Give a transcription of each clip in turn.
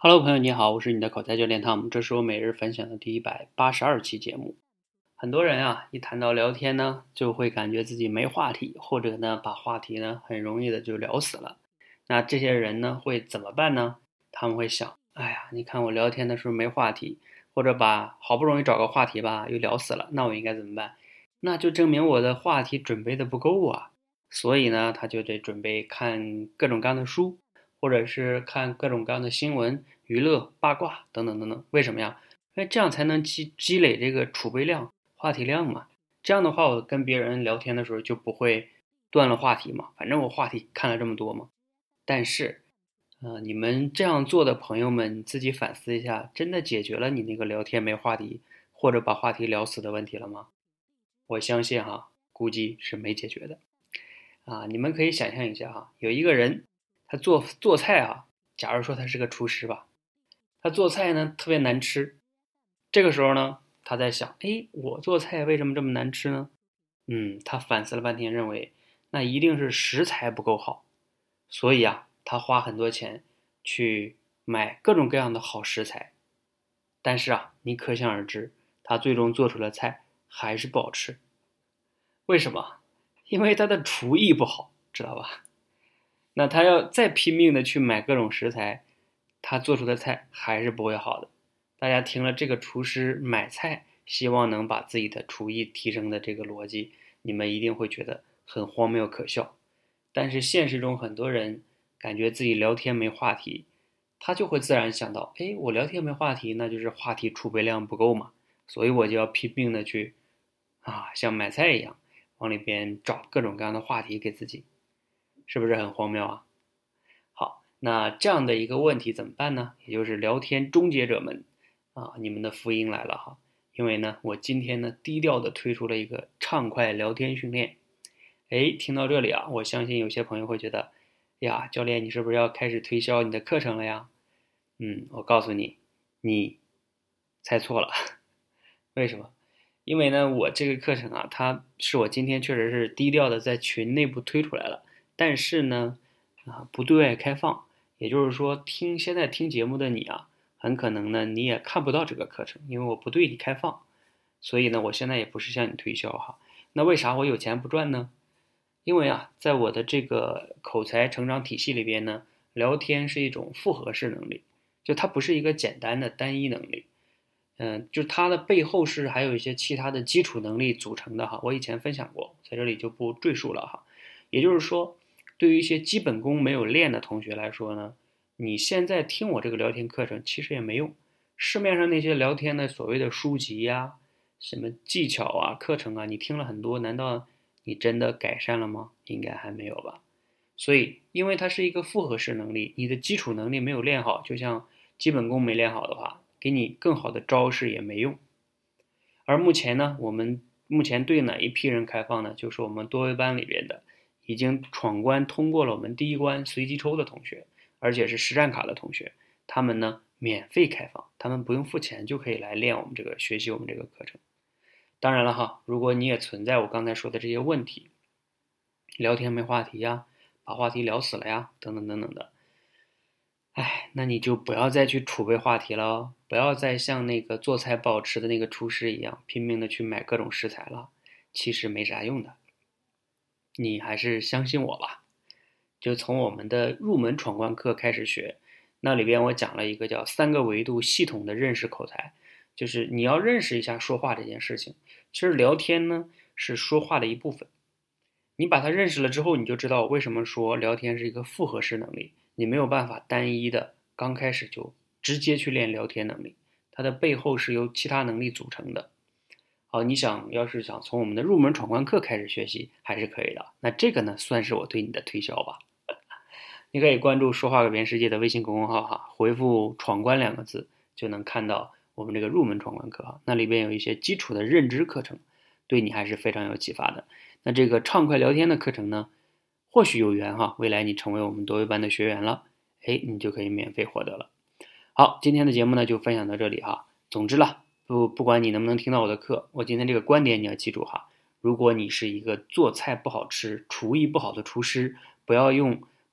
Hello，朋友你好，我是你的口才教练汤姆，这是我每日分享的第182期节目。很多人啊，一谈到聊天呢，就会感觉自己没话题，或者呢，把话题呢很容易的就聊死了。那这些人呢，会怎么办呢？他们会想，哎呀，你看我聊天的时候没话题，或者好不容易找个话题吧，又聊死了，那我应该怎么办？那就证明我的话题准备的不够啊。所以呢，他就得准备看各种各样的书，或者是看各种各样的新闻、娱乐、八卦等等等等。为什么呀？因为这样才能积累这个储备量、话题量嘛。这样的话，我跟别人聊天的时候就不会断了话题嘛。反正我话题看了这么多嘛。但是，你们这样做的朋友们自己反思一下，真的解决了你那个聊天没话题，或者把话题聊死的问题了吗？我相信哈，估计是没解决的。你们可以想象一下哈，有一个人，他做菜啊，假如说他是个厨师吧，他做菜呢特别难吃，这个时候呢，他在想，哎，我做菜为什么这么难吃呢？他反思了半天，认为那一定是食材不够好，所以啊，他花很多钱去买各种各样的好食材，但是啊，你可想而知，他最终做出的菜还是不好吃。为什么？因为他的厨艺不好，知道吧？那他要再拼命的去买各种食材，他做出的菜还是不会好的。大家听了这个厨师买菜，希望能把自己的厨艺提升的这个逻辑，你们一定会觉得很荒谬可笑。但是现实中很多人感觉自己聊天没话题，他就会自然想到，哎，我聊天没话题，那就是话题储备量不够嘛，所以我就要拼命的去像买菜一样，往里边找各种各样的话题给自己，是不是很荒谬啊？好，那这样的一个问题怎么办呢？也就是聊天终结者们你们的福音来了哈！因为呢，我今天呢低调的推出了一个畅快聊天训练。哎，听到这里啊，我相信有些朋友会觉得，呀，教练你是不是要开始推销你的课程了呀？我告诉你，你猜错了。为什么？因为呢，我这个课程啊，它是我今天确实是低调的在群内部推出来了，但是呢，不对外开放。也就是说，现在听节目的你啊，很可能呢你也看不到这个课程，因为我不对你开放。所以呢，我现在也不是向你推销哈。那为啥我有钱不赚呢？因为啊，在我的这个口才成长体系里边呢，聊天是一种复合式能力，就它不是一个简单的单一能力。就它的背后是还有一些其他的基础能力组成的哈，我以前分享过，在这里就不赘述了哈。也就是说，对于一些基本功没有练的同学来说呢，你现在听我这个聊天课程其实也没用。市面上那些聊天的所谓的书籍呀、什么技巧啊、课程啊，你听了很多，难道你真的改善了吗？应该还没有吧。所以，因为它是一个复合式能力，你的基础能力没有练好，就像基本功没练好的话，给你更好的招式也没用。而目前呢，我们目前对哪一批人开放呢？就是我们多维班里边的，已经闯关通过了我们第一关随机抽的同学，而且是实战卡的同学，他们呢免费开放，他们不用付钱就可以来练我们这个学习我们这个课程。当然了哈，如果你也存在我刚才说的这些问题，聊天没话题呀，把话题聊死了呀，等等等等的，哎，那你就不要再去储备话题了哦，不要再像那个做菜不好吃的那个厨师一样，拼命的去买各种食材了，其实没啥用的。你还是相信我吧，就从我们的入门闯关课开始学，那里边我讲了一个叫3个维度系统的认识口才，就是你要认识一下说话这件事情。其实聊天呢是说话的一部分，你把它认识了之后，你就知道为什么说聊天是一个复合式能力，你没有办法单一的刚开始就直接去练聊天能力，它的背后是由其他能力组成的。好，要是想从我们的入门闯关课开始学习，还是可以的。那这个呢，算是我对你的推销吧。你可以关注“说话改变世界”的微信公众号哈，回复"闯关"2个字，就能看到我们这个入门闯关课哈。那里边有一些基础的认知课程，对你还是非常有启发的。那这个畅快聊天的课程呢，或许有缘哈，未来你成为我们多维班的学员了，哎，你就可以免费获得了。好，今天的节目呢就分享到这里哈。总之了，不管你能不能听到我的课，我今天这个观点你要记住哈。如果你是一个做菜不好吃、厨艺不好的厨师，不要用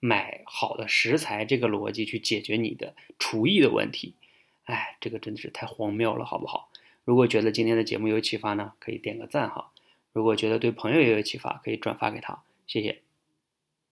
买好的食材这个逻辑去解决你的厨艺的问题。哎，这个真的是太荒谬了，好不好？如果觉得今天的节目有启发呢，可以点个赞哈。如果觉得对朋友也有启发，可以转发给他，谢谢。